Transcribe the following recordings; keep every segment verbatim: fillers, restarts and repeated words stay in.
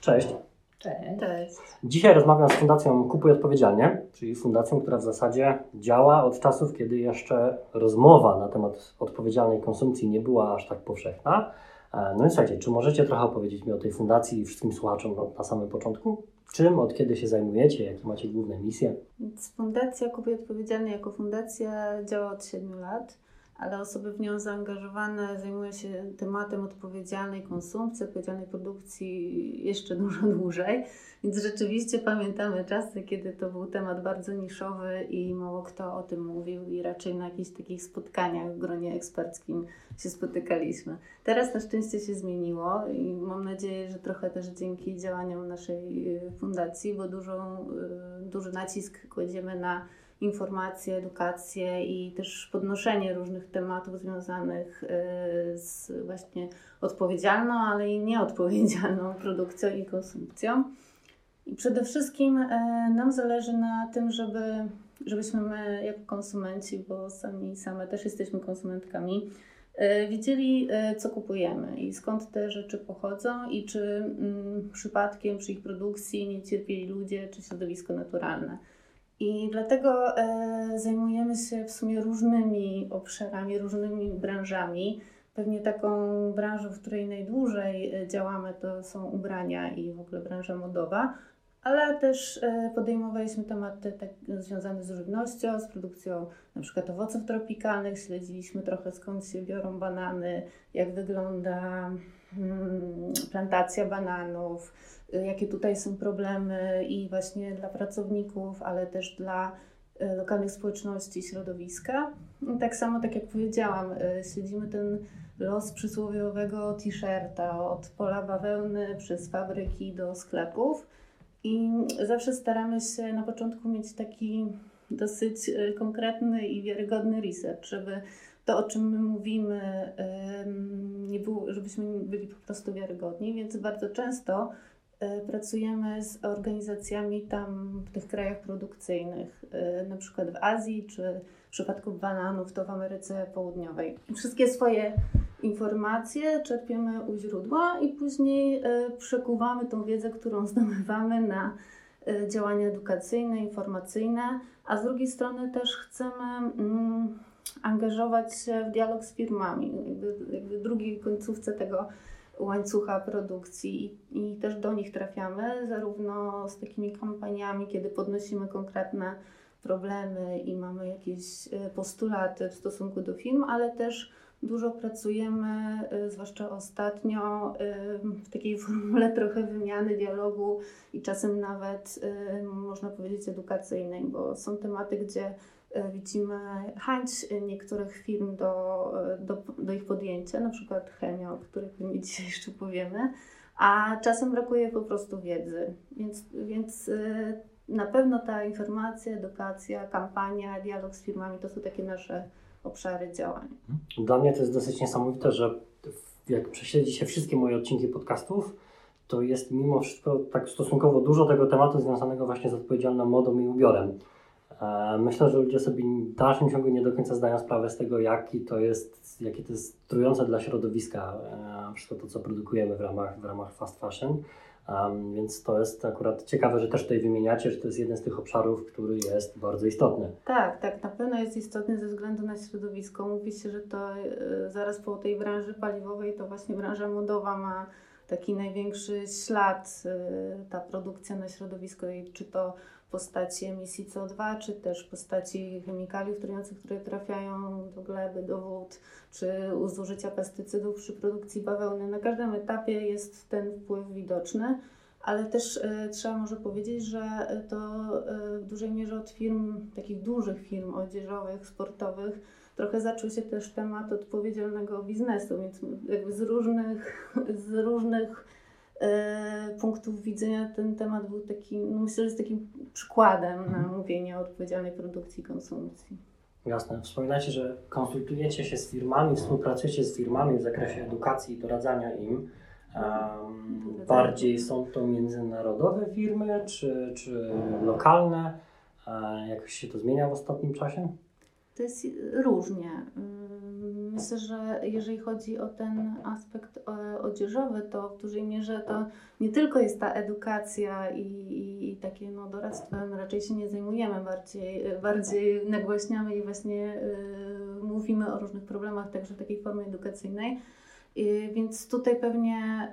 Cześć. Cześć. Cześć. Dzisiaj rozmawiam z Fundacją Kupuj Odpowiedzialnie, czyli fundacją, która w zasadzie działa od czasów, kiedy jeszcze rozmowa na temat odpowiedzialnej konsumpcji nie była aż tak powszechna. No więc słuchajcie, czy możecie trochę opowiedzieć mi o tej fundacji i wszystkim słuchaczom na samym początku? Czym, od kiedy się zajmujecie, jakie macie główne misje? Więc Fundacja Kupuj Odpowiedzialnie jako fundacja działa od siedmiu lat, ale osoby w nią zaangażowane zajmują się tematem odpowiedzialnej konsumpcji, odpowiedzialnej produkcji jeszcze dużo dłużej. Więc rzeczywiście pamiętamy czasy, kiedy to był temat bardzo niszowy i mało kto o tym mówił i raczej na jakichś takich spotkaniach w gronie eksperckim się spotykaliśmy. Teraz na szczęście się zmieniło i mam nadzieję, że trochę też dzięki działaniom naszej fundacji, bo dużą, duży nacisk kładziemy na informacje, edukację i też podnoszenie różnych tematów związanych z właśnie odpowiedzialną, ale i nieodpowiedzialną produkcją i konsumpcją. I przede wszystkim nam zależy na tym, żeby, żebyśmy my jako konsumenci, bo sami same też jesteśmy konsumentkami, wiedzieli, co kupujemy i skąd te rzeczy pochodzą i czy mm, przypadkiem przy ich produkcji nie cierpieli ludzie czy środowisko naturalne. I dlatego e, zajmujemy się w sumie różnymi obszarami, różnymi branżami. Pewnie taką branżą, w której najdłużej działamy, to są ubrania i w ogóle branża modowa, ale też e, podejmowaliśmy tematy tak, związane z żywnością, z produkcją na przykład owoców tropikalnych, śledziliśmy trochę skąd się biorą banany, jak wygląda hmm, plantacja bananów, jakie tutaj są problemy i właśnie dla pracowników, ale też dla lokalnych społeczności i środowiska. I tak samo, tak jak powiedziałam, śledzimy ten los przysłowiowego t-shirta od pola bawełny przez fabryki do sklepów i zawsze staramy się na początku mieć taki dosyć konkretny i wiarygodny research, żeby to, o czym my mówimy, nie było, żebyśmy byli po prostu wiarygodni, więc bardzo często pracujemy z organizacjami tam w tych krajach produkcyjnych, na przykład w Azji, czy w przypadku bananów to w Ameryce Południowej. Wszystkie swoje informacje czerpiemy u źródła i później przekuwamy tą wiedzę, którą zdobywamy na działania edukacyjne, informacyjne, a z drugiej strony też chcemy mm, angażować się w dialog z firmami. Jakby, jakby w drugiej końcówce tego łańcucha produkcji i, i też do nich trafiamy, zarówno z takimi kampaniami, kiedy podnosimy konkretne problemy i mamy jakieś postulaty w stosunku do firm, ale też dużo pracujemy, zwłaszcza ostatnio, w takiej formule trochę wymiany, dialogu i czasem nawet, można powiedzieć, edukacyjnej, bo są tematy, gdzie widzimy chęć niektórych firm do, do, do ich podjęcia, na przykład chemia, o której my dzisiaj jeszcze powiemy, a czasem brakuje po prostu wiedzy. Więc, więc na pewno ta informacja, edukacja, kampania, dialog z firmami to są takie nasze obszary działań. Dla mnie to jest dosyć niesamowite, że jak prześledzi się wszystkie moje odcinki podcastów, to jest mimo wszystko tak stosunkowo dużo tego tematu związanego właśnie z odpowiedzialną modą i ubiorem. Myślę, że ludzie sobie w dalszym ciągu nie do końca zdają sprawę z tego, jaki to jest, jakie to jest trujące dla środowiska, wszystko to, co produkujemy w ramach, w ramach fast fashion. Um, więc to jest akurat ciekawe, że też tutaj wymieniacie, że to jest jeden z tych obszarów, który jest bardzo istotny. Tak, tak, na pewno jest istotny ze względu na środowisko. Mówi się, że to y, zaraz po tej branży paliwowej to właśnie branża modowa ma taki największy ślad, y, ta produkcja na środowisko, i czy to w postaci emisji C O dwa, czy też w postaci chemikaliów trujących, które trafiają do gleby, do wód, czy zużycia pestycydów przy produkcji bawełny. Na każdym etapie jest ten wpływ widoczny, ale też y, trzeba może powiedzieć, że to y, w dużej mierze od firm, takich dużych firm odzieżowych, sportowych, trochę zaczął się też temat odpowiedzialnego biznesu, więc jakby z różnych, z różnych e, punktów widzenia ten temat był taki, no myślę, że jest takim przykładem na mówienie o odpowiedzialnej produkcji i konsumpcji. Jasne. Wspominacie, że konsultujecie się z firmami, współpracujecie z firmami w zakresie edukacji i doradzania im. Um, bardziej są to międzynarodowe firmy, czy, czy lokalne? E, jak się to zmienia w ostatnim czasie? To jest różnie. myślę, że jeżeli chodzi o ten aspekt odzieżowy, to w dużej mierze to nie tylko jest ta edukacja i, i, i takie no, doradztwem raczej się nie zajmujemy, bardziej, bardziej nagłaśniamy i właśnie y, mówimy o różnych problemach także w takiej formie edukacyjnej. Y, więc tutaj pewnie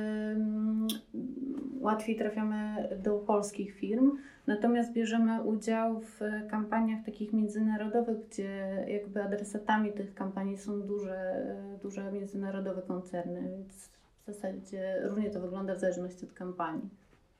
y, łatwiej trafiamy do polskich firm. Natomiast bierzemy udział w kampaniach takich międzynarodowych, gdzie jakby adresatami tych kampanii są duże, duże międzynarodowe koncerny, więc w zasadzie różnie to wygląda w zależności od kampanii.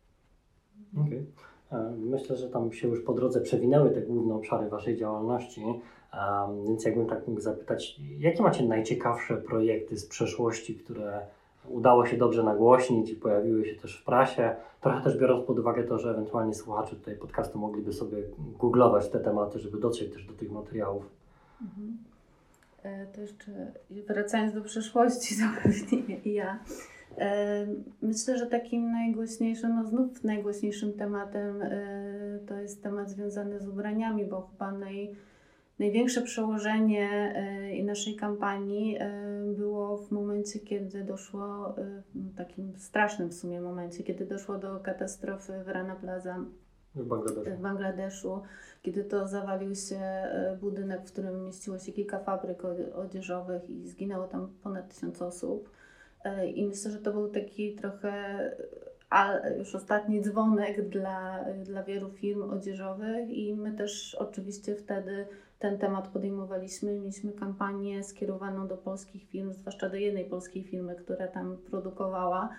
Okej. Okay. Myślę, że tam się już po drodze przewinęły te główne obszary Waszej działalności, um, więc jakbym tak mógł zapytać, jakie macie najciekawsze projekty z przeszłości, które udało się dobrze nagłośnić i pojawiły się też w prasie, trochę też biorąc pod uwagę to, że ewentualnie słuchacze tutaj podcastu mogliby sobie googlować te tematy, żeby dotrzeć też do tych materiałów. Mhm. E, to jeszcze wracając do przeszłości, to pewnie i ja. E, myślę, że takim najgłośniejszym, no znów najgłośniejszym tematem e, to jest temat związany z ubraniami, bo chyba naj Największe przełożenie y, naszej kampanii y, było w momencie, kiedy doszło, y, w takim strasznym w sumie momencie, kiedy doszło do katastrofy w Rana Plaza w Bangladeszu. w Bangladeszu, kiedy to zawalił się y, budynek, w którym mieściło się kilka fabryk odzieżowych i zginęło tam ponad tysiąc osób. Y, I myślę, że to był taki trochę a już ostatni dzwonek dla, dla wielu firm odzieżowych i my też oczywiście wtedy ten temat podejmowaliśmy. Mieliśmy kampanię skierowaną do polskich firm, zwłaszcza do jednej polskiej firmy, która tam produkowała.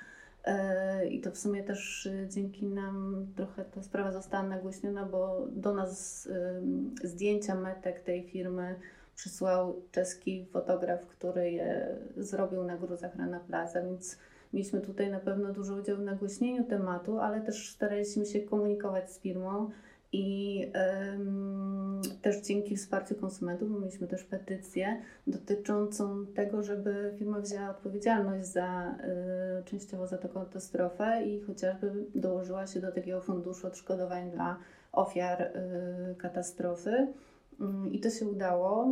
I to w sumie też dzięki nam trochę ta sprawa została nagłośniona, bo do nas zdjęcia metek tej firmy przysłał czeski fotograf, który je zrobił na gruzach Rana Plaza, więc mieliśmy tutaj na pewno duży udział w nagłośnieniu tematu, ale też staraliśmy się komunikować z firmą i ym, też dzięki wsparciu konsumentów, bo mieliśmy też petycję dotyczącą tego, żeby firma wzięła odpowiedzialność za, y, częściowo za tę katastrofę i chociażby dołożyła się do takiego funduszu odszkodowań dla ofiar y, katastrofy. I to się udało.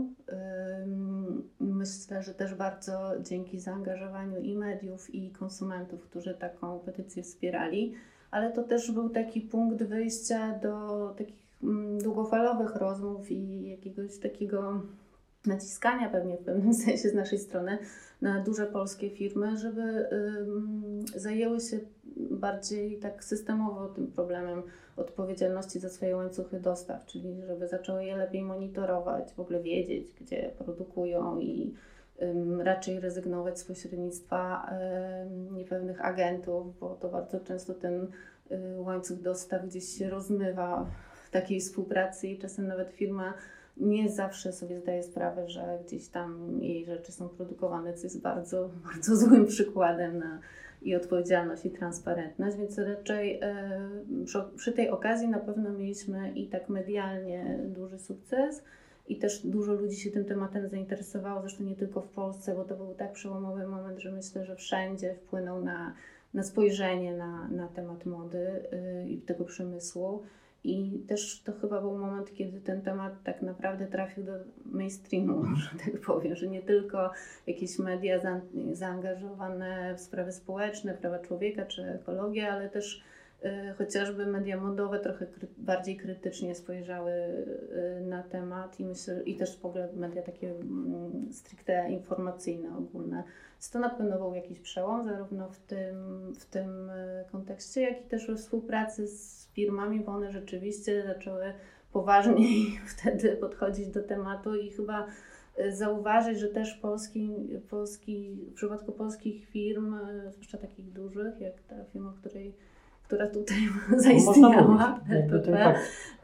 Myślę, że też bardzo dzięki zaangażowaniu i mediów, i konsumentów, którzy taką petycję wspierali, ale to też był taki punkt wyjścia do takich długofalowych rozmów i jakiegoś takiego naciskania pewnie w pewnym sensie z naszej strony na duże polskie firmy, żeby ym, zajęły się bardziej tak systemowo tym problemem odpowiedzialności za swoje łańcuchy dostaw, czyli żeby zaczęły je lepiej monitorować, w ogóle wiedzieć, gdzie produkują i ym, raczej rezygnować z pośrednictwa ym, niepewnych agentów, bo to bardzo często ten y, łańcuch dostaw gdzieś się rozmywa w takiej współpracy i czasem nawet firma nie zawsze sobie zdaje sprawę, że gdzieś tam jej rzeczy są produkowane, co jest bardzo, bardzo złym przykładem na i odpowiedzialność, i transparentność, więc raczej e, przy, przy tej okazji na pewno mieliśmy i tak medialnie duży sukces i też dużo ludzi się tym tematem zainteresowało, zresztą nie tylko w Polsce, bo to był tak przełomowy moment, że myślę, że wszędzie wpłynął na, na spojrzenie na, na temat mody y, i tego przemysłu. I też to chyba był moment, kiedy ten temat tak naprawdę trafił do mainstreamu, że tak powiem, że nie tylko jakieś media za, zaangażowane w sprawy społeczne, prawa człowieka czy ekologię, ale też y, chociażby media modowe trochę kry, bardziej krytycznie spojrzały y, na temat i myślę, i też w ogóle media takie y, stricte informacyjne, ogólne. Więc to na pewno był jakiś przełom, zarówno w tym, w tym kontekście, jak i też we współpracy z firmami, bo one rzeczywiście zaczęły poważniej wtedy podchodzić do tematu i chyba zauważyć, że też polski, polski, w przypadku polskich firm, zwłaszcza takich dużych, jak ta firma, której, która tutaj zaistniała, L P P. Tak,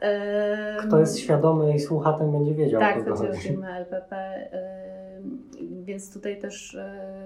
kto jest świadomy i słucha, ten będzie wiedział, tak, o kogo chodzi o chodzi. firmę L P P, więc tutaj też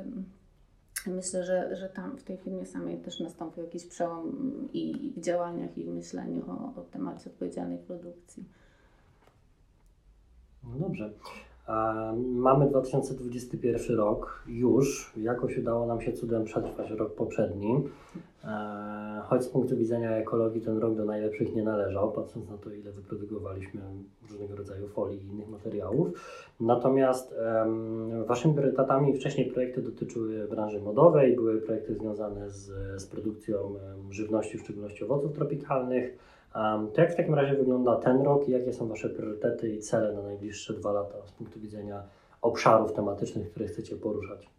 myślę, że, że tam w tej firmie samej też nastąpił jakiś przełom i w działaniach, i w myśleniu o, o temacie odpowiedzialnej produkcji. No dobrze. Mamy dwa tysiące dwudziesty pierwszy rok już, jakoś udało nam się cudem przetrwać rok poprzedni, choć z punktu widzenia ekologii ten rok do najlepszych nie należał, patrząc na to, ile wyprodukowaliśmy różnego rodzaju folii i innych materiałów. Natomiast um, waszymi priorytetami wcześniej projekty dotyczyły branży modowej, były projekty związane z, z produkcją um, żywności, w szczególności owoców tropikalnych. Um, to jak w takim razie wygląda ten rok i jakie są wasze priorytety i cele na najbliższe dwa lata z punktu widzenia obszarów tematycznych, które chcecie poruszać?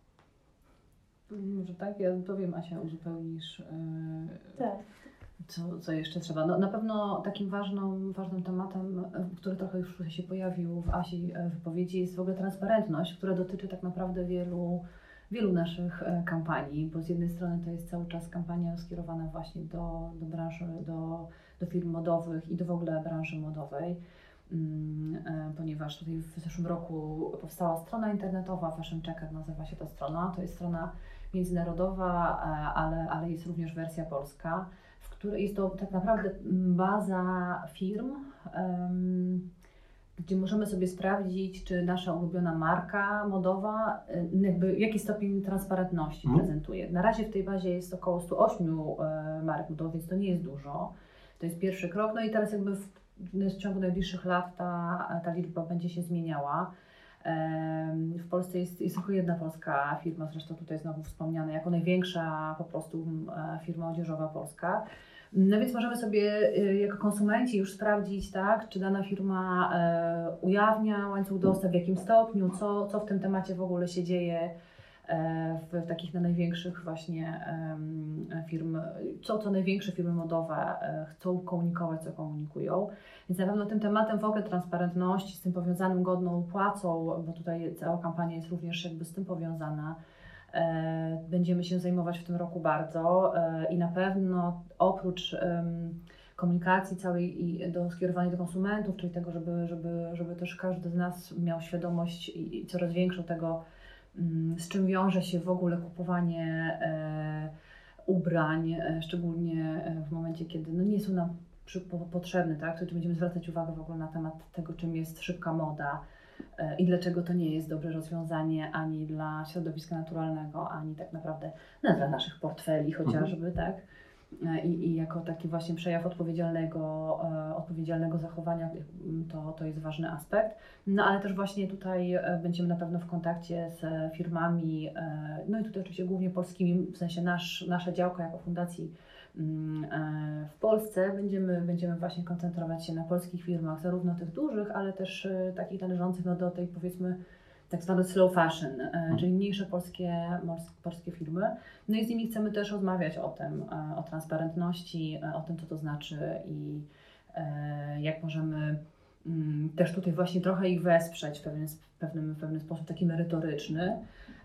Może tak, ja powiem, Asia, uzupełnisz, yy, tak. co, co jeszcze trzeba. No, na pewno takim ważną, ważnym tematem, który trochę już się pojawił w Asi wypowiedzi, jest w ogóle transparentność, która dotyczy tak naprawdę wielu, wielu naszych kampanii, bo z jednej strony to jest cały czas kampania skierowana właśnie do, do branży, do, do firm modowych i do w ogóle branży modowej. Ponieważ tutaj w zeszłym roku powstała strona internetowa, Fashion Checker nazywa się ta strona. To jest strona międzynarodowa, ale, ale jest również wersja polska, w której jest to tak naprawdę baza firm, um, gdzie możemy sobie sprawdzić, czy nasza ulubiona marka modowa, jakby jaki stopień transparentności mm. prezentuje. Na razie w tej bazie jest około sto osiem e, marek modowych, więc to nie jest dużo. To jest pierwszy krok, no i teraz jakby w, w ciągu najbliższych lat ta, ta liczba będzie się zmieniała. W Polsce jest, jest tylko jedna polska firma, zresztą tutaj znowu wspomniana, jako największa po prostu firma odzieżowa polska. No więc możemy sobie jako konsumenci już sprawdzić, tak, czy dana firma ujawnia łańcuch dostaw, w jakim stopniu, co, co w tym temacie w ogóle się dzieje w, w takich na największych właśnie firm, co, co największe firmy modowe chcą komunikować, co komunikują. Więc na pewno tym tematem w ogóle transparentności, z tym powiązanym godną płacą, bo tutaj cała kampania jest również jakby z tym powiązana, e, będziemy się zajmować w tym roku bardzo e, i na pewno oprócz e, komunikacji całej i do, skierowanej do konsumentów, czyli tego, żeby, żeby, żeby też każdy z nas miał świadomość i, i coraz większą tego, m, z czym wiąże się w ogóle kupowanie e, ubrań, e, szczególnie w momencie, kiedy no, nie są nam Przy, po, potrzebny, tak? To będziemy zwracać uwagę w ogóle na temat tego, czym jest szybka moda e, i dlaczego to nie jest dobre rozwiązanie ani dla środowiska naturalnego, ani tak naprawdę no, dla naszych portfeli chociażby, mhm. tak? E, i, I jako taki właśnie przejaw odpowiedzialnego, e, odpowiedzialnego zachowania to, to jest ważny aspekt. No ale też właśnie tutaj e, będziemy na pewno w kontakcie z firmami, e, no i tutaj oczywiście głównie polskimi, w sensie nasz, nasza działka jako fundacji w Polsce będziemy, będziemy właśnie koncentrować się na polskich firmach, zarówno tych dużych, ale też takich należących no, do tej powiedzmy tak zwane slow fashion, hmm. czyli mniejsze polskie, polskie firmy. No i z nimi chcemy też rozmawiać o tym, o transparentności, o tym, co to znaczy i jak możemy też tutaj właśnie trochę ich wesprzeć w pewien, pewnym, w pewnym sposób taki merytoryczny.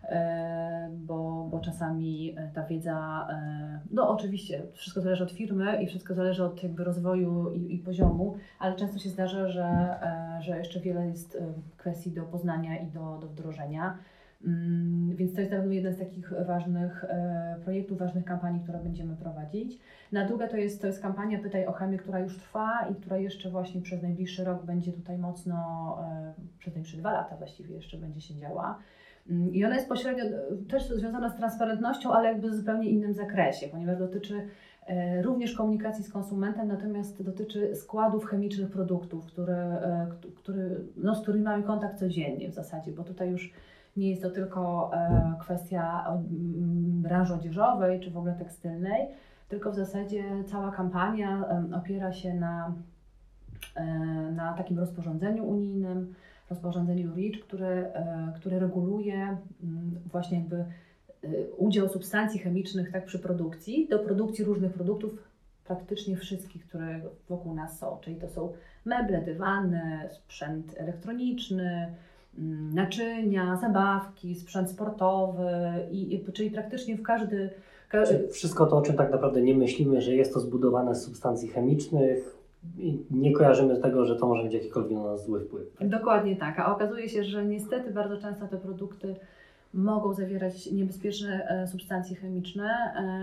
Bo, bo czasami ta wiedza, no oczywiście wszystko zależy od firmy i wszystko zależy od jakby rozwoju i, i poziomu, ale często się zdarza, że, że jeszcze wiele jest kwestii do poznania i do, do wdrożenia. Więc to jest na pewno jeden z takich ważnych projektów, ważnych kampanii, które będziemy prowadzić. Na druga to jest, to jest kampania Pytaj o chemię, która już trwa i która jeszcze właśnie przez najbliższy rok będzie tutaj mocno, przez najbliższe dwa lata właściwie jeszcze będzie się działa. I ona jest pośrednio też związana z transparentnością, ale jakby w zupełnie innym zakresie, ponieważ dotyczy e, również komunikacji z konsumentem, natomiast dotyczy składów chemicznych produktów, które, e, który, no, z którymi mamy kontakt codziennie w zasadzie, bo tutaj już nie jest to tylko e, kwestia o, m, branży odzieżowej czy w ogóle tekstylnej, tylko w zasadzie cała kampania e, opiera się na, e, na takim rozporządzeniu unijnym, rozporządzeniu REACH, które, które reguluje właśnie jakby udział substancji chemicznych tak przy produkcji, do produkcji różnych produktów, praktycznie wszystkich, które wokół nas są, czyli to są meble, dywany, sprzęt elektroniczny, naczynia, zabawki, sprzęt sportowy, i, i, czyli praktycznie w każdy... Czyli wszystko to, o czym tak naprawdę nie myślimy, że jest to zbudowane z substancji chemicznych, i nie kojarzymy tego, że to może mieć jakikolwiek na nas zły wpływ. Dokładnie tak, a okazuje się, że niestety bardzo często te produkty mogą zawierać niebezpieczne substancje chemiczne.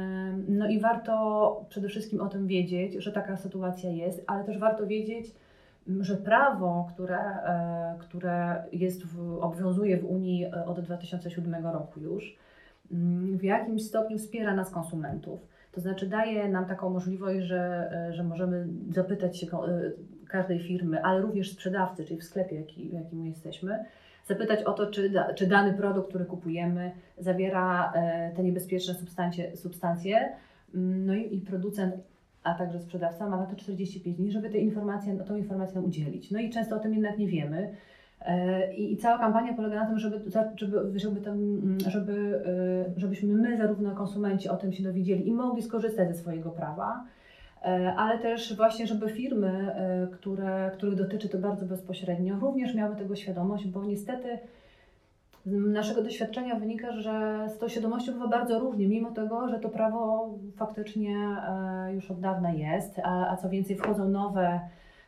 No i warto przede wszystkim o tym wiedzieć, że taka sytuacja jest, ale też warto wiedzieć, że prawo, które, które jest w, obowiązuje w Unii od dwa tysiące siódmego roku już, w jakimś stopniu wspiera nas konsumentów. To znaczy daje nam taką możliwość, że, że możemy zapytać się każdej firmy, ale również sprzedawcy, czyli w sklepie, jaki, w jakim jesteśmy, zapytać o to, czy, da, czy dany produkt, który kupujemy, zawiera te niebezpieczne substancje, substancje. No i, i producent, a także sprzedawca ma na to czterdzieści pięć dni, żeby te informacje, tą informację nam udzielić. No i często o tym jednak nie wiemy. I, i cała kampania polega na tym, żeby, żeby, żeby, tam, żeby, żebyśmy my, zarówno konsumenci, o tym się dowiedzieli i mogli skorzystać ze swojego prawa, ale też właśnie, żeby firmy, które, których dotyczy to bardzo bezpośrednio, również miały tego świadomość, bo niestety z naszego doświadczenia wynika, że z tą świadomością bywa bardzo różnie, mimo tego, że to prawo faktycznie już od dawna jest, a, a co więcej wchodzą nowe,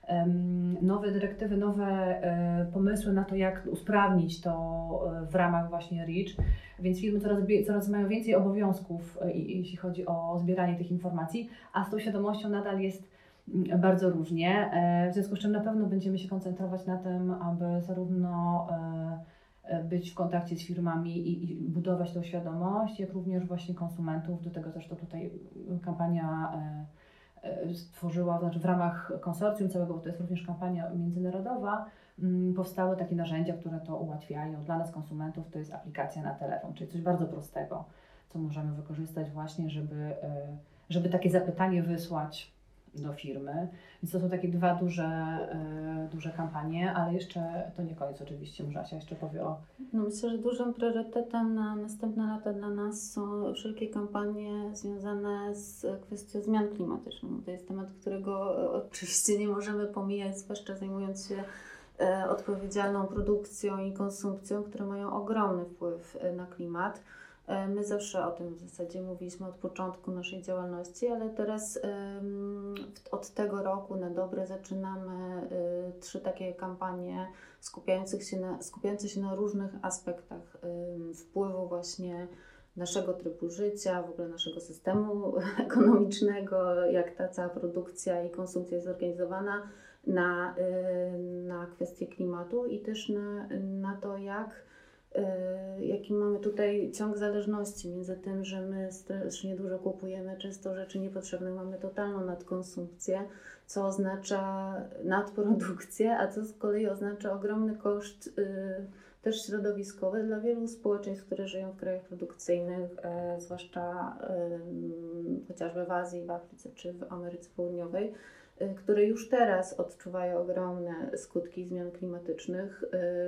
nowe dyrektywy, nowe pomysły na to, jak usprawnić to w ramach właśnie REACH, więc firmy coraz, coraz mają więcej obowiązków, jeśli chodzi o zbieranie tych informacji, a z tą świadomością nadal jest bardzo różnie, w związku z czym na pewno będziemy się koncentrować na tym, aby zarówno być w kontakcie z firmami i, i budować tą świadomość, jak również właśnie konsumentów. Do tego też to tutaj kampania e, stworzyła, znaczy w ramach konsorcjum całego, bo to jest również kampania międzynarodowa, m, powstały takie narzędzia, które to ułatwiają. Dla nas konsumentów to jest aplikacja na telefon, czyli coś bardzo prostego, co możemy wykorzystać właśnie, żeby, e, żeby takie zapytanie wysłać do firmy. Więc to są takie dwa duże, e, duże kampanie, ale jeszcze to nie koniec oczywiście. Może Asia jeszcze powie o... No myślę, że dużym priorytetem na następne lata dla nas są wszelkie kampanie związane z kwestią zmian klimatycznych. To jest temat, którego oczywiście nie możemy pomijać, zwłaszcza zajmując się e, odpowiedzialną produkcją i konsumpcją, które mają ogromny wpływ na klimat. My zawsze o tym w zasadzie mówiliśmy od początku naszej działalności, ale teraz um, od tego roku na dobre zaczynamy y, trzy takie kampanie skupiające się na, skupiające się na różnych aspektach y, wpływu właśnie naszego trybu życia, w ogóle naszego systemu ekonomicznego, jak ta cała produkcja i konsumpcja jest zorganizowana na, y, na kwestie klimatu i też na, na to, jak jaki mamy tutaj ciąg zależności między tym, że my strasznie dużo kupujemy często rzeczy niepotrzebne, mamy totalną nadkonsumpcję, co oznacza nadprodukcję, a co z kolei oznacza ogromny koszt y, też środowiskowy dla wielu społeczeństw, które żyją w krajach produkcyjnych, y, zwłaszcza y, chociażby w Azji, w Afryce czy w Ameryce Południowej, które już teraz odczuwają ogromne skutki zmian klimatycznych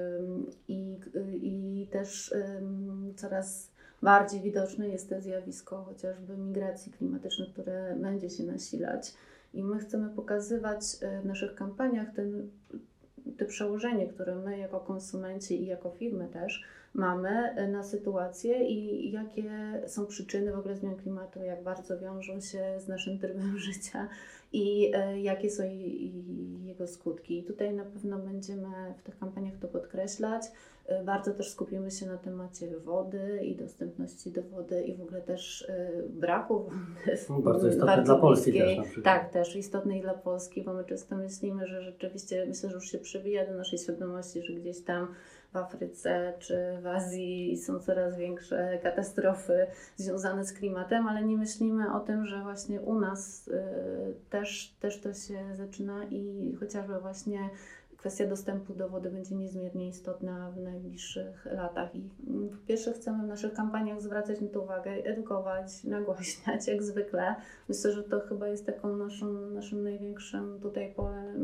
i, i też coraz bardziej widoczne jest to zjawisko chociażby migracji klimatycznej, które będzie się nasilać. I my chcemy pokazywać w naszych kampaniach ten, to przełożenie, które my jako konsumenci i jako firmy też mamy na sytuację i jakie są przyczyny w ogóle zmian klimatu, jak bardzo wiążą się z naszym trybem życia i jakie są jego skutki. I tutaj na pewno będziemy w tych kampaniach to podkreślać. Bardzo też skupimy się na temacie wody i dostępności do wody i w ogóle też braku wody. Bardzo istotne dla Polski też na przykład. Tak, też istotne i dla Polski, bo my często myślimy, że rzeczywiście, myślę, że już się przebija do naszej świadomości, że gdzieś tam w Afryce czy w Azji są coraz większe katastrofy związane z klimatem, ale nie myślimy o tym, że właśnie u nas y, też, też to się zaczyna i chociażby właśnie kwestia dostępu do wody będzie niezmiernie istotna w najbliższych latach. I po pierwsze chcemy w naszych kampaniach zwracać na to uwagę, edukować, nagłaśniać jak zwykle. Myślę, że to chyba jest taką naszą, naszym największym tutaj pole,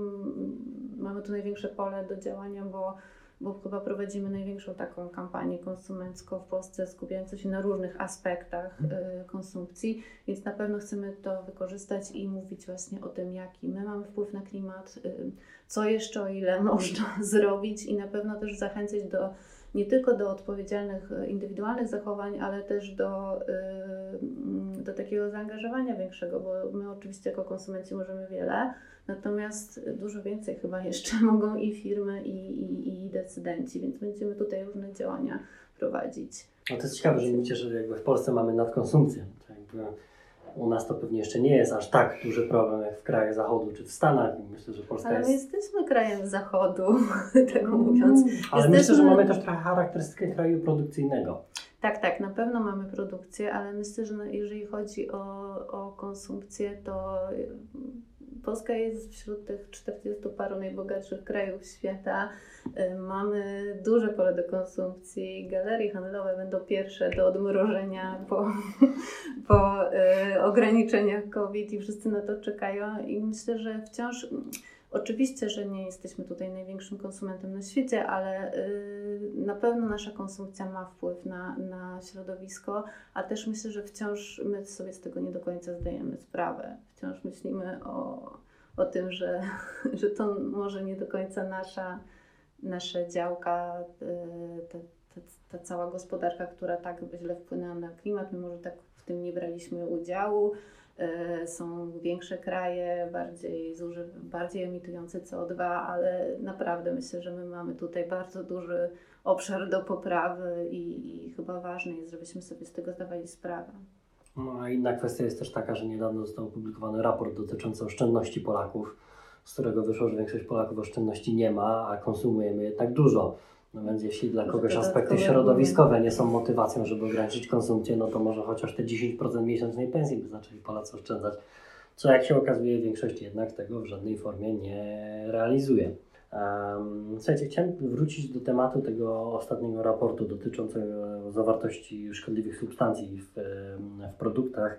mamy tu największe pole do działania, bo bo chyba prowadzimy największą taką kampanię konsumencką w Polsce, skupiającą się na różnych aspektach y, konsumpcji, więc na pewno chcemy to wykorzystać i mówić właśnie o tym, jaki my mamy wpływ na klimat, y, co jeszcze, o ile można zrobić i na pewno też zachęcać do nie tylko do odpowiedzialnych, indywidualnych zachowań, ale też do, y, do takiego zaangażowania większego, bo my oczywiście jako konsumenci możemy wiele, natomiast dużo więcej chyba jeszcze mogą i firmy, i, i, i decydenci, więc będziemy tutaj różne działania prowadzić. No to jest ciekawe, że mówicie, że jakby w Polsce mamy nadkonsumpcję. To jakby U nas to pewnie jeszcze nie jest aż tak duży problem jak w krajach zachodu czy w Stanach. Myślę, że Polska Ale jest... my jesteśmy krajem zachodu, tak mówiąc. Ale jesteśmy... myślę, że mamy też trochę charakterystykę kraju produkcyjnego. Tak, tak, na pewno mamy produkcję, ale myślę, że jeżeli chodzi o, o konsumpcję, to Polska jest wśród tych czterdziestu paru najbogatszych krajów świata. Mamy duże pole do konsumpcji. Galerie handlowe będą pierwsze do odmrożenia po, po y, ograniczeniach COVID i wszyscy na to czekają. I myślę, że wciąż, oczywiście, że nie jesteśmy tutaj największym konsumentem na świecie, ale y, na pewno nasza konsumpcja ma wpływ na, na środowisko, a też myślę, że wciąż my sobie z tego nie do końca zdajemy sprawę. Wciąż myślimy o, o tym, że, że to może nie do końca nasza nasza działka, ta, ta, ta cała gospodarka, która tak źle wpłynęła na klimat, my może tak w tym nie braliśmy udziału. Są większe kraje, bardziej, zuży, bardziej emitujące C O dwa, ale naprawdę myślę, że my mamy tutaj bardzo duży obszar do poprawy i, i chyba ważne jest, żebyśmy sobie z tego zdawali sprawę. No a inna kwestia jest też taka, że niedawno został opublikowany raport dotyczący oszczędności Polaków, z którego wyszło, że większość Polaków oszczędności nie ma, a konsumujemy je tak dużo. No więc jeśli dla kogoś aspekty środowiskowe nie są motywacją, żeby ograniczyć konsumpcję, no to może chociaż te dziesięć procent miesięcznej pensji by zaczęli Polacy oszczędzać. Co jak się okazuje, większość jednak tego w żadnej formie nie realizuje. Um, słuchajcie, chciałem wrócić do tematu tego ostatniego raportu dotyczącego zawartości szkodliwych substancji w, w produktach.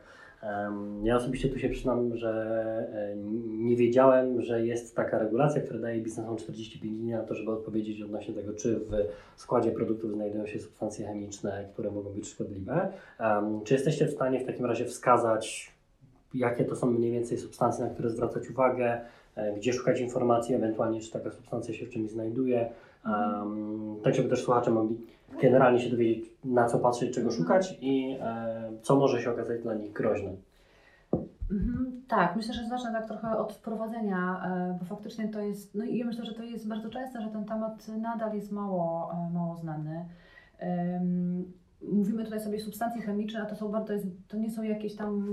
Ja osobiście tu się przyznam, że nie wiedziałem, że jest taka regulacja, która daje biznesom czterdzieści pięć dni na to, żeby odpowiedzieć odnośnie tego, czy w składzie produktów znajdują się substancje chemiczne, które mogą być szkodliwe. Czy jesteście w stanie w takim razie wskazać, jakie to są mniej więcej substancje, na które zwracać uwagę, gdzie szukać informacji, ewentualnie czy taka substancja się w czymś znajduje, um, tak żeby też słuchacze mogli generalnie się dowiedzieć, na co patrzeć, czego szukać i e, co może się okazać dla nich groźne. Mhm, tak, myślę, że zacznę tak trochę od wprowadzenia, e, bo faktycznie to jest, no i ja myślę, że to jest bardzo częste, że ten temat nadal jest mało, e, mało znany. Um, Mówimy tutaj sobie substancje chemiczne, a to są bardzo, to nie są jakieś tam,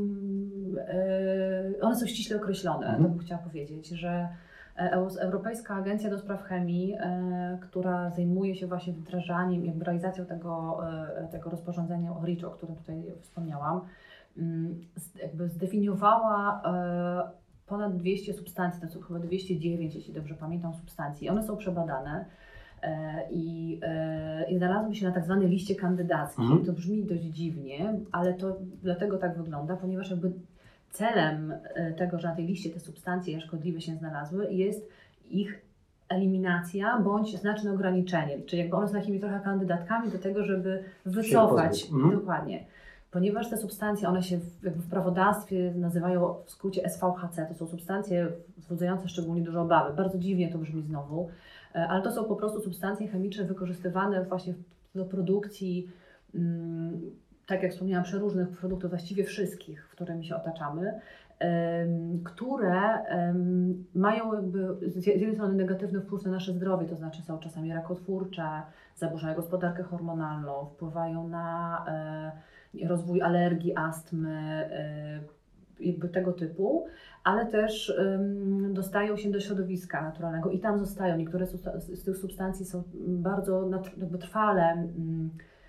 e, one są ściśle określone, mhm. to bym chciała powiedzieć, że Europejska Agencja do Spraw Chemii, e, która zajmuje się właśnie wdrażaniem i realizacją tego, e, tego rozporządzenia o REACH, o którym tutaj wspomniałam, m, z, jakby zdefiniowała e, ponad dwieście substancji, to są chyba dwieście dziewięć, jeśli dobrze pamiętam, substancji. One są przebadane e, i, e, i znalazły się na tak zwanej liście kandydackiej. Mhm. To brzmi dość dziwnie, ale to dlatego tak wygląda, ponieważ jakby celem tego, że na tej liście te substancje szkodliwe się znalazły, jest ich eliminacja bądź znaczne ograniczenie. Czyli jakby one są takimi trochę kandydatkami do tego, żeby wycofać. Mhm. Dokładnie. Ponieważ te substancje, one się w, jakby w prawodawstwie nazywają w skrócie S V H C. To są substancje wzbudzające szczególnie dużo obawy. Bardzo dziwnie to brzmi znowu, ale to są po prostu substancje chemiczne wykorzystywane właśnie do produkcji mm, tak jak wspomniałam, przeróżnych produktów, właściwie wszystkich, którymi się otaczamy, um, które um, mają jakby z jednej strony negatywny wpływ na nasze zdrowie, to znaczy są czasami rakotwórcze, zaburzają gospodarkę hormonalną, wpływają na e, rozwój alergii, astmy, e, jakby tego typu, ale też um, dostają się do środowiska naturalnego i tam zostają. Niektóre z, z tych substancji są bardzo jakby trwale um,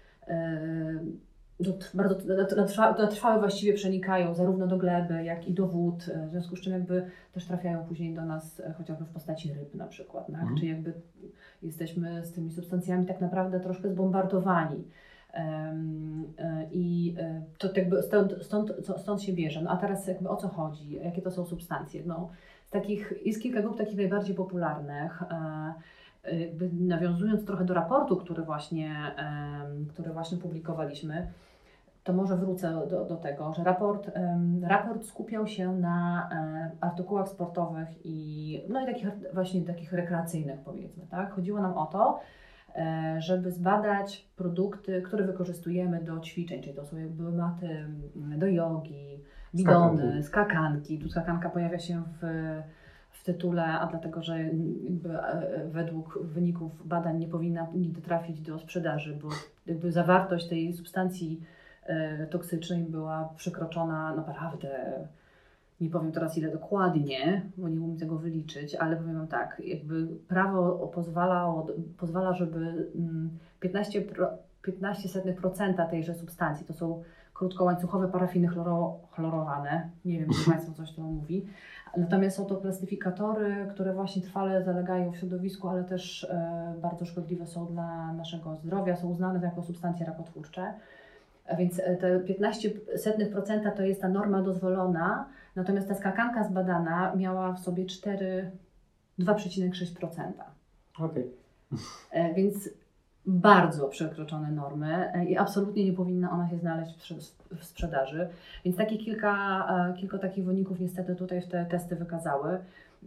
e, Do, bardzo na, trwa, na trwałe właściwie przenikają zarówno do gleby, jak i do wód, w związku z czym jakby też trafiają później do nas chociażby w postaci ryb na przykład, tak? Mhm. Czyli jakby jesteśmy z tymi substancjami tak naprawdę troszkę zbombardowani um, i to jakby stąd, stąd, stąd się bierze. No a teraz jakby o co chodzi, jakie to są substancje? No, z takich, jest kilka grup takich najbardziej popularnych. Jakby nawiązując trochę do raportu, który właśnie, um, który właśnie publikowaliśmy, to może wrócę do, do tego, że raport, um, raport skupiał się na um, artykułach sportowych i, no i takich właśnie takich rekreacyjnych, powiedzmy, tak? Chodziło nam o to, um, żeby zbadać produkty, które wykorzystujemy do ćwiczeń, czyli to są jakby maty do jogi, bidony, skakanki. skakanki. Tu skakanka pojawia się w w tytule, a dlatego, że jakby według wyników badań nie powinna nigdy trafić do sprzedaży, bo jakby zawartość tej substancji toksycznej była przekroczona naprawdę, nie powiem teraz ile dokładnie, bo nie umiem tego wyliczyć, ale powiem wam tak, jakby prawo pozwala, pozwala żeby piętnaście procent tejże substancji, to są krótkołańcuchowe parafiny chloro, chlorowane, nie wiem, czy Państwo coś tu mówi, natomiast są to plastyfikatory, które właśnie trwale zalegają w środowisku, ale też e, bardzo szkodliwe są dla naszego zdrowia, są uznane jako substancje rakotwórcze. A więc te piętnaście procent to jest ta norma dozwolona, natomiast ta skakanka zbadana miała w sobie dwa przecinek sześć procent. Okej. Okay. Więc bardzo przekroczone normy i absolutnie nie powinna ona się znaleźć w sprzedaży. Więc takie kilka, kilka takich wyników niestety tutaj te testy wykazały.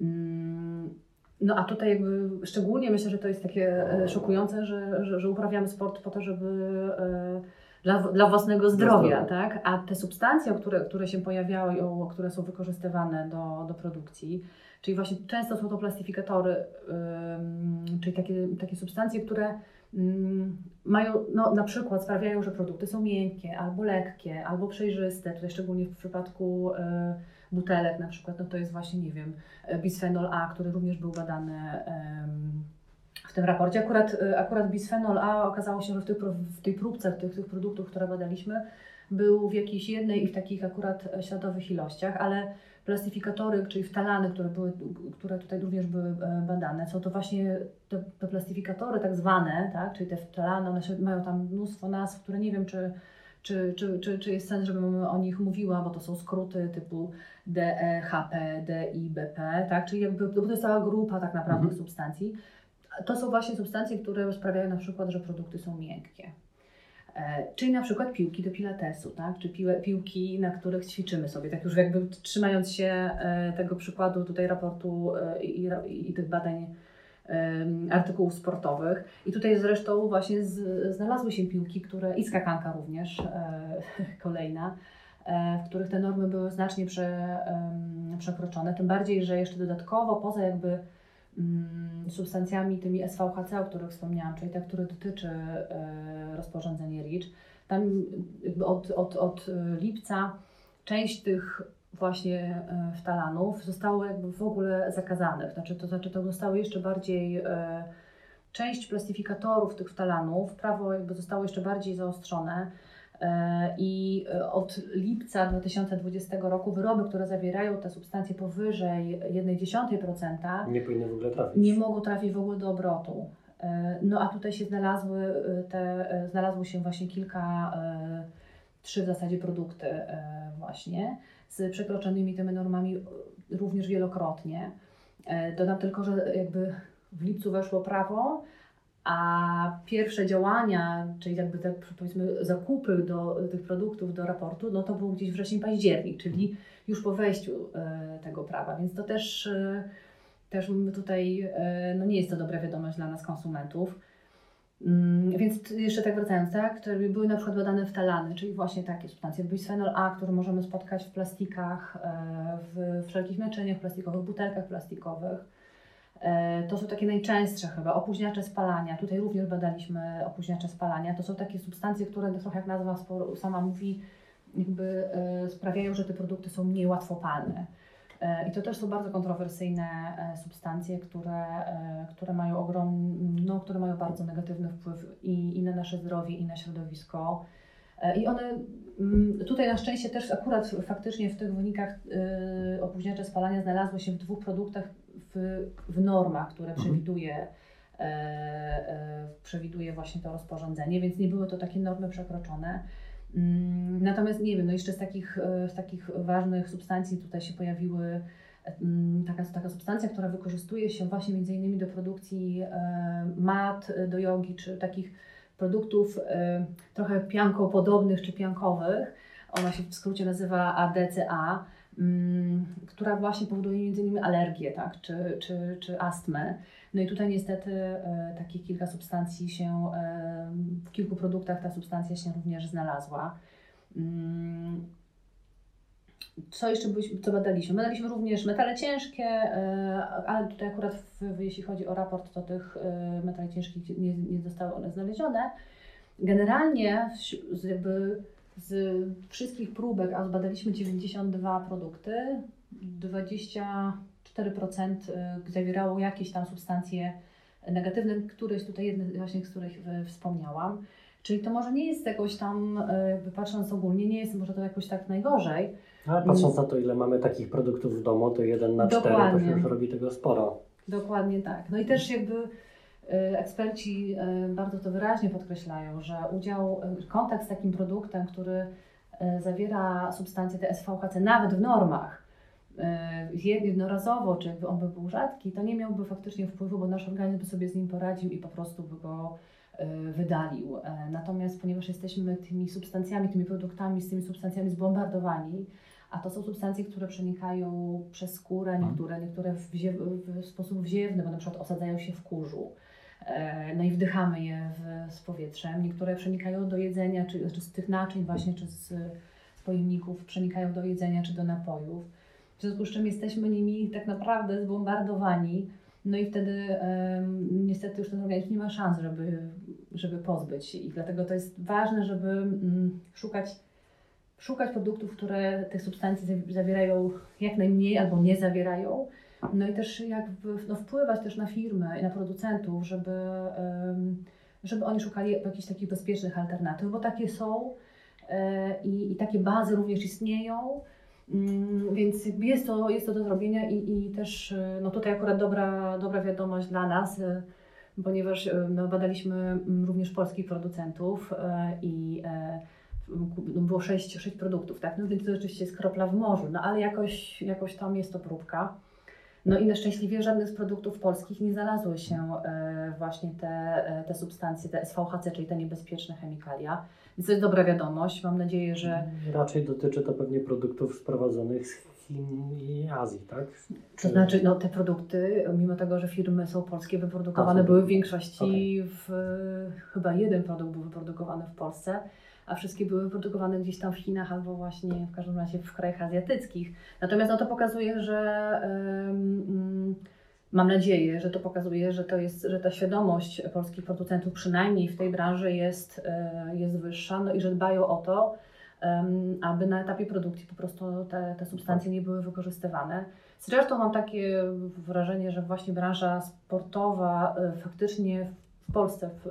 No a tutaj jakby szczególnie myślę, że to jest takie szokujące, że, że, że uprawiamy sport po to, żeby Dla, dla własnego zdrowia, tak? A te substancje, które, które się pojawiały, które są wykorzystywane do, do produkcji, czyli właśnie często są to plastyfikatory, yy, czyli takie, takie substancje, które yy, mają, no, na przykład sprawiają, że produkty są miękkie, albo lekkie, albo przejrzyste, tutaj szczególnie w przypadku yy, butelek na przykład, no to jest właśnie, nie wiem, bisfenol A, który również był badany yy, w tym raporcie. Akurat, akurat bisfenol A okazało się, że w, tych, w tej próbce tych, tych produktów, które badaliśmy, był w jakiejś jednej i w takich akurat śladowych ilościach, ale plastyfikatory, czyli ftalany, które, były, które tutaj również były badane, są to właśnie te, te plastyfikatory tak zwane, tak, czyli te ftalany, one się, mają tam mnóstwo nazw, które nie wiem, czy, czy, czy, czy, czy jest sens, żebym o nich mówiła, bo to są skróty typu D E, H P, D I, B P, tak, czyli jakby to jest cała grupa tak naprawdę mhm. substancji. To są właśnie substancje, które sprawiają na przykład, że produkty są miękkie. E, czyli na przykład piłki do pilatesu, tak? Czy piłe, piłki, na których ćwiczymy sobie, tak już jakby trzymając się e, tego przykładu tutaj raportu e, i, i, i tych badań e, artykułów sportowych. I tutaj zresztą właśnie z, znalazły się piłki, które i skakanka również, e, kolejna, e, w których te normy były znacznie prze, e, przekroczone. Tym bardziej, że jeszcze dodatkowo poza jakby substancjami tymi S V H C, o których wspomniałam, czyli te, które dotyczy rozporządzenia REACH, tam od, od, od lipca część tych właśnie ftalanów zostało jakby w ogóle zakazanych. Znaczy to znaczy to zostało jeszcze bardziej, część plastyfikatorów tych ftalanów, prawo jakby zostało jeszcze bardziej zaostrzone. I od lipca dwa tysiące dwudziestego roku wyroby, które zawierają te substancje powyżej jeden przecinek dziesięć procent nie powinny w ogóle trafić. Nie mogą trafić w ogóle do obrotu. No a tutaj się znalazły te, znalazło się właśnie kilka, trzy w zasadzie produkty właśnie z przekroczonymi tymi normami również wielokrotnie. Dodam tylko, że jakby w lipcu weszło prawo, a pierwsze działania, czyli jakby te powiedzmy zakupy do tych produktów, do raportu, no to był gdzieś wrzesień, październik, czyli już po wejściu e, tego prawa, więc to też, e, też tutaj e, no nie jest to dobra wiadomość dla nas konsumentów. Mm, więc jeszcze tak wracając, tak, to były na przykład badane ftalany, czyli właśnie takie substancje, bisfenol A, który możemy spotkać w plastikach, e, w wszelkich naczyniach plastikowych, butelkach plastikowych. To są takie najczęstsze chyba, opóźniacze spalania. Tutaj również badaliśmy opóźniacze spalania. To są takie substancje, które trochę jak nazwa sama mówi, jakby sprawiają, że te produkty są mniej łatwopalne. I to też są bardzo kontrowersyjne substancje, które, które mają ogromny, no, które mają bardzo negatywny wpływ i, i na nasze zdrowie, i na środowisko. I one tutaj na szczęście też akurat faktycznie w tych wynikach opóźniacze spalania znalazły się w dwóch produktach w, w normach, które przewiduje, e, e, przewiduje właśnie to rozporządzenie, więc nie były to takie normy przekroczone. Mm, natomiast nie wiem, no jeszcze z takich, z takich ważnych substancji tutaj się pojawiły mm, taka, taka substancja, która wykorzystuje się właśnie między innymi do produkcji e, mat do jogi, czy takich produktów e, trochę piankopodobnych czy piankowych. Ona się w skrócie nazywa A D C A. Która właśnie powoduje między innymi alergię, tak, czy, czy, czy astmę. No i tutaj niestety e, takich kilka substancji się, e, w kilku produktach ta substancja się również znalazła. Mm. Co jeszcze byliśmy, co badaliśmy? Badaliśmy również metale ciężkie, e, ale tutaj akurat w, jeśli chodzi o raport, to tych e, metali ciężkich nie, nie zostały one znalezione. Generalnie jakby z wszystkich próbek, a zbadaliśmy dziewięćdziesiąt dwa produkty, dwadzieścia cztery procent zawierało jakieś tam substancje negatywne, któreś tutaj jedne właśnie, z których wspomniałam. Czyli to może nie jest jakoś tam, patrząc ogólnie, nie jest może to jakoś tak najgorzej. Ale patrząc na to, ile mamy takich produktów w domu, to jeden na cztery to się już robi tego sporo. Dokładnie tak. No i też jakby eksperci bardzo to wyraźnie podkreślają, że udział, kontakt z takim produktem, który zawiera substancje te S V H C nawet w normach, jednorazowo, czy jakby on by był rzadki, to nie miałby faktycznie wpływu, bo nasz organizm by sobie z nim poradził i po prostu by go wydalił. Natomiast ponieważ jesteśmy tymi substancjami, tymi produktami, z tymi substancjami zbombardowani, a to są substancje, które przenikają przez skórę, niektóre, niektóre w, ziew, w sposób wziewny, bo na przykład osadzają się w kurzu. No i wdychamy je w, z powietrzem. Niektóre przenikają do jedzenia, czy, czy z tych naczyń właśnie, czy z, z pojemników przenikają do jedzenia, czy do napojów. W związku z czym jesteśmy nimi tak naprawdę zbombardowani. No i wtedy um, niestety już ten organizm nie ma szans, żeby, żeby pozbyć się ich. Dlatego to jest ważne, żeby um, szukać szukać produktów, które tych substancji zawierają jak najmniej albo nie zawierają. No i też jakby no, wpływać też na firmy i na producentów, żeby, um, żeby oni szukali jakichś takich bezpiecznych alternatyw, bo takie są e, i, i takie bazy również istnieją. Um, więc jest to, jest to do zrobienia i, i też no tutaj akurat dobra, dobra wiadomość dla nas, e, ponieważ no, badaliśmy również polskich producentów e, i e, było sześć, sześć produktów, tak? No więc to rzeczywiście jest kropla w morzu, no ale jakoś, jakoś tam jest to próbka. No i na szczęśliwie żadnych z produktów polskich nie znalazły się e, właśnie te, te substancje, te S V H C, czyli te niebezpieczne chemikalia. Więc to jest dobra wiadomość. Mam nadzieję, że... Raczej dotyczy to pewnie produktów sprowadzonych z Chin i Azji, tak? To znaczy, no te produkty, mimo tego, że firmy są polskie, wyprodukowane były w większości, okay. w, chyba jeden produkt był wyprodukowany w Polsce, a wszystkie były wyprodukowane gdzieś tam w Chinach albo właśnie w każdym razie w krajach azjatyckich. Natomiast no to pokazuje, że um, mam nadzieję, że to pokazuje, że to jest, że ta świadomość polskich producentów przynajmniej w tej branży jest, jest wyższa, no i że dbają o to, um, aby na etapie produkcji po prostu te, te substancje nie były wykorzystywane. Zresztą mam takie wrażenie, że właśnie branża sportowa faktycznie w Polsce w,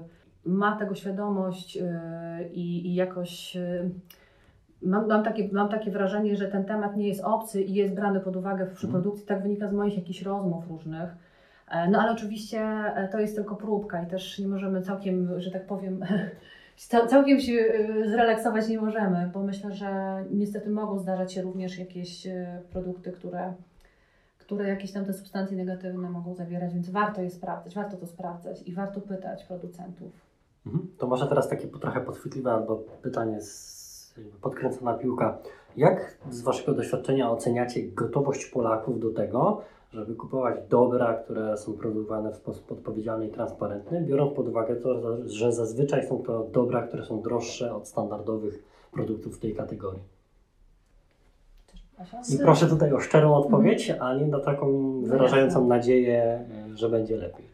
ma tego świadomość yy, i, i jakoś yy, mam, mam, takie, mam takie wrażenie, że ten temat nie jest obcy i jest brany pod uwagę przy produkcji. Tak wynika z moich jakichś rozmów różnych. E, no ale oczywiście to jest tylko próbka i też nie możemy całkiem, że tak powiem, całkiem się zrelaksować nie możemy, bo myślę, że niestety mogą zdarzać się również jakieś produkty, które które jakieś tam te substancje negatywne mogą zawierać, więc warto je sprawdzać, warto to sprawdzać i warto pytać producentów. Mhm. To może teraz takie trochę podchwytliwe albo pytanie, z, podkręcona piłka. Jak z Waszego doświadczenia oceniacie gotowość Polaków do tego, żeby kupować dobra, które są produkowane w sposób odpowiedzialny i transparentny, biorąc pod uwagę to, że zazwyczaj są to dobra, które są droższe od standardowych produktów w tej kategorii? I proszę tutaj o szczerą odpowiedź, mm. a nie na taką wyrażającą no nadzieję, że będzie lepiej.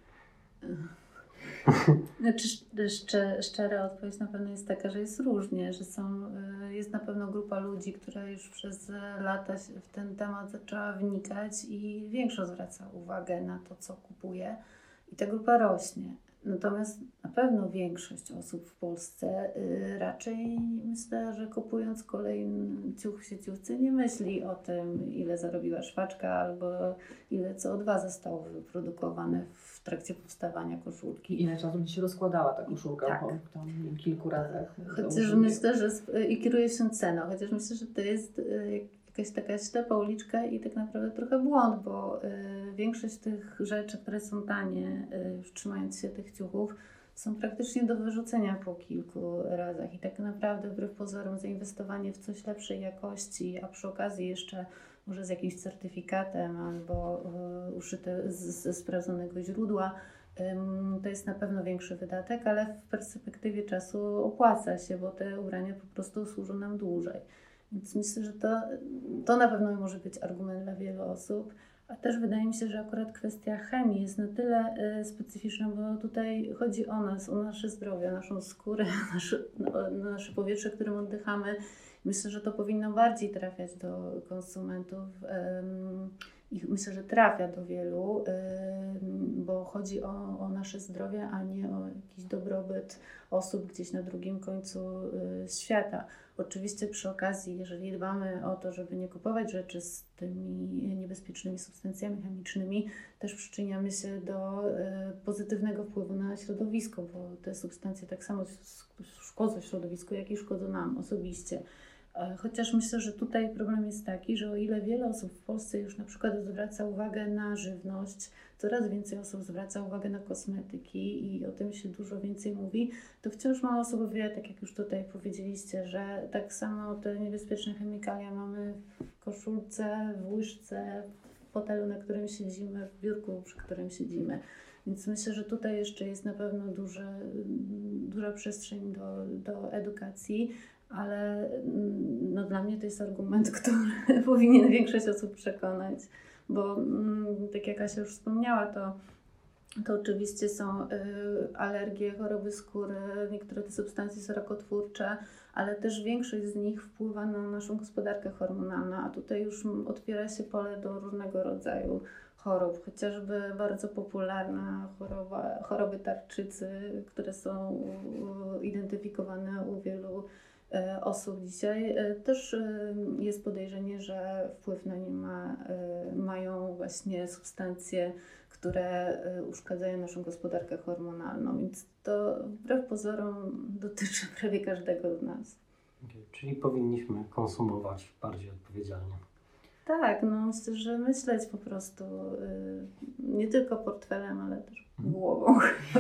Znaczy, szczer, szczera odpowiedź na pewno jest taka, że jest różnie, że są, jest na pewno grupa ludzi, która już przez lata w ten temat zaczęła wnikać i większo zwraca uwagę na to, co kupuje i ta grupa rośnie. Natomiast na pewno większość osób w Polsce y, raczej myślę, że kupując kolejny ciuch w sieciówce nie myśli o tym, ile zarobiła szwaczka albo ile C O dwa zostało wyprodukowane w trakcie powstawania koszulki. Ile czasu się rozkładała ta koszulka tak. po tam kilku razach. Chociaż myślę, że i kieruje się ceną, chociaż myślę, że to jest y, jakaś taka ślepa uliczka i tak naprawdę trochę błąd, bo y, większość tych rzeczy, które są tanie, y, już trzymając się tych ciuchów, są praktycznie do wyrzucenia po kilku razach i tak naprawdę wbrew pozorom zainwestowanie w coś lepszej jakości, a przy okazji jeszcze może z jakimś certyfikatem albo y, uszyte z, ze sprawdzonego źródła, y, to jest na pewno większy wydatek, ale w perspektywie czasu opłaca się, bo te ubrania po prostu służą nam dłużej. Więc myślę, że to, to na pewno może być argument dla wielu osób, A też wydaje mi się, że akurat kwestia chemii jest na tyle y, specyficzna, bo tutaj chodzi o nas, o nasze zdrowie, o naszą skórę, o nasze, o nasze powietrze, którym oddychamy. Myślę, że to powinno bardziej trafiać do konsumentów ym, i myślę, że trafia do wielu, ym, bo chodzi o, o nasze zdrowie, a nie o jakiś dobrobyt osób gdzieś na drugim końcu y, świata. Oczywiście przy okazji, jeżeli dbamy o to, żeby nie kupować rzeczy z tymi niebezpiecznymi substancjami chemicznymi, też przyczyniamy się do y, pozytywnego wpływu na środowisko, bo te substancje tak samo szkodzą środowisku, jak i szkodzą nam osobiście. Chociaż myślę, że tutaj problem jest taki, że o ile wiele osób w Polsce już na przykład zwraca uwagę na żywność, coraz więcej osób zwraca uwagę na kosmetyki i o tym się dużo więcej mówi, to wciąż mało osób wie, tak jak już tutaj powiedzieliście, że tak samo te niebezpieczne chemikalia mamy w koszulce, w łyżce, w fotelu, na którym siedzimy, w biurku, przy którym siedzimy. Więc myślę, że tutaj jeszcze jest na pewno duże, duża przestrzeń do, do edukacji, ale no, dla mnie to jest argument, który powinien większość osób przekonać, bo tak jak Asia już wspomniała, to, to oczywiście są y, alergie, choroby skóry, niektóre te substancje są rakotwórcze, ale też większość z nich wpływa na naszą gospodarkę hormonalną, a tutaj już otwiera się pole do różnego rodzaju chorób, chociażby bardzo popularna choroba, choroby tarczycy, które są identyfikowane u wielu osób dzisiaj. Też jest podejrzenie, że wpływ na nie ma, mają właśnie substancje, które uszkadzają naszą gospodarkę hormonalną, więc to wbrew pozorom dotyczy prawie każdego z nas. Okay, czyli powinniśmy konsumować bardziej odpowiedzialnie. Tak, no myślę, że myśleć po prostu nie tylko portfelem, ale też głową.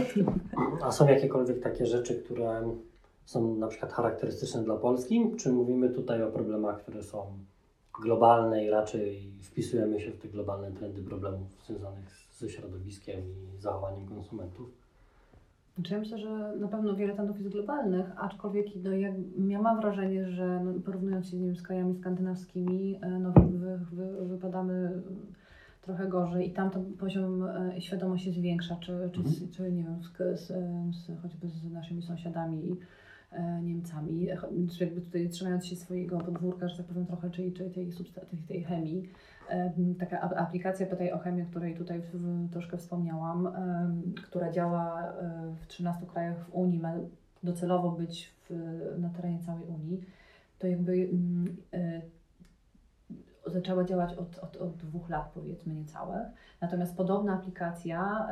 A są jakiekolwiek takie rzeczy, które są na przykład charakterystyczne dla Polski, czy mówimy tutaj o problemach, które są globalne i raczej wpisujemy się w te globalne trendy problemów związanych ze środowiskiem i zachowaniem konsumentów? Znaczy ja myślę, że na pewno wiele trendów jest globalnych, aczkolwiek no, jak, ja mam wrażenie, że no, porównując się nie wiem, z krajami skandynawskimi, no, wy, wy, wypadamy trochę gorzej i tam ten poziom e, świadomości jest większa, czy, czy, mhm. z, czy nie wiem, z, z, z, choćby z naszymi sąsiadami e, Niemcami, czy jakby tutaj trzymając się swojego podwórka, że tak powiem trochę, czyli, czyli tej, tej, tej chemii. E, taka aplikacja Pytaj o chemię, o której tutaj w, w, troszkę wspomniałam, e, która działa e, w trzynastu krajach w Unii, ma docelowo być w, na terenie całej Unii, to jakby e, zaczęła działać od, od, od dwóch lat, powiedzmy niecałych. Natomiast podobna aplikacja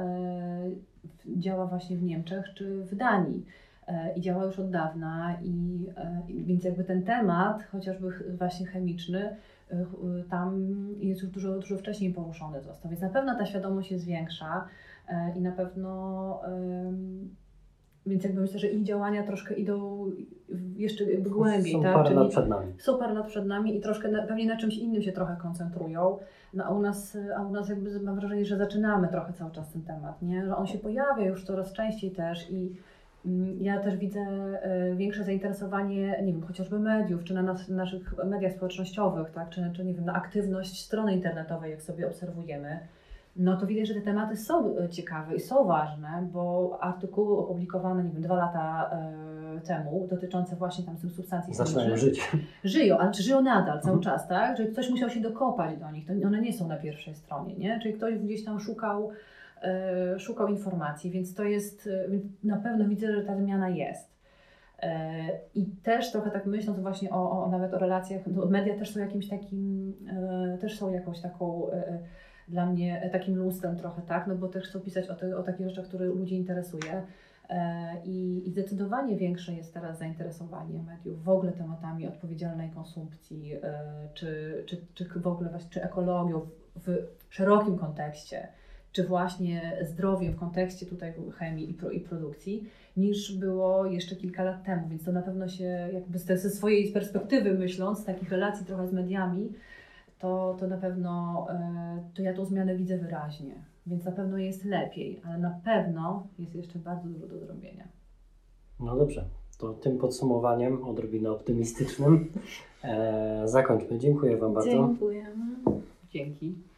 e, działa właśnie w Niemczech czy w Danii e, i działa już od dawna. I, e, więc jakby ten temat, chociażby właśnie chemiczny, e, tam jest już dużo, dużo wcześniej poruszony został. Więc na pewno ta świadomość jest większa e, i na pewno e, więc jakby myślę, że ich działania troszkę idą jeszcze jakby głębiej. Są tak? parę Czyli lat przed nami. Są parę lat przed nami i troszkę na, pewnie na czymś innym się trochę koncentrują. No, a u nas, a u nas jakby mam wrażenie, że zaczynamy trochę cały czas ten temat, nie? Że on się pojawia już coraz częściej też i mm, ja też widzę y, większe zainteresowanie, nie wiem, chociażby mediów, czy na nas, naszych mediach społecznościowych, tak? Czy, czy nie wiem, na aktywność strony internetowej, jak sobie obserwujemy. No to widać, że te tematy są ciekawe i są ważne, bo artykuły opublikowane, nie wiem, dwa lata y, temu, dotyczące właśnie tam tych substancji zaczynają żyć. Żyją, ale czy żyją nadal cały mhm. czas, tak? Że ktoś musiał się dokopać do nich, to one nie są na pierwszej stronie, nie? Czyli ktoś gdzieś tam szukał, y, szukał informacji, więc to jest, y, na pewno widzę, że ta zmiana jest. Y, I też trochę tak myśląc właśnie o, o nawet o relacjach, no, media też są jakimś takim, y, też są jakąś taką y, dla mnie takim lustrem trochę, tak, no bo też chcą pisać o, te, o takich rzeczach, które ludzi interesuje e, i, i zdecydowanie większe jest teraz zainteresowanie mediów w ogóle tematami odpowiedzialnej konsumpcji, e, czy, czy, czy w ogóle właśnie, czy ekologią w, w szerokim kontekście, czy właśnie zdrowiem w kontekście tutaj chemii i, pro, i produkcji, niż było jeszcze kilka lat temu, więc to na pewno się jakby ze swojej perspektywy myśląc, z takich relacji trochę z mediami, to, to na pewno, to ja tą zmianę widzę wyraźnie, więc na pewno jest lepiej, ale na pewno jest jeszcze bardzo dużo do zrobienia. No dobrze, to tym podsumowaniem, odrobinę optymistycznym, e, zakończmy. Dziękuję Wam bardzo. Dziękujemy. Dzięki.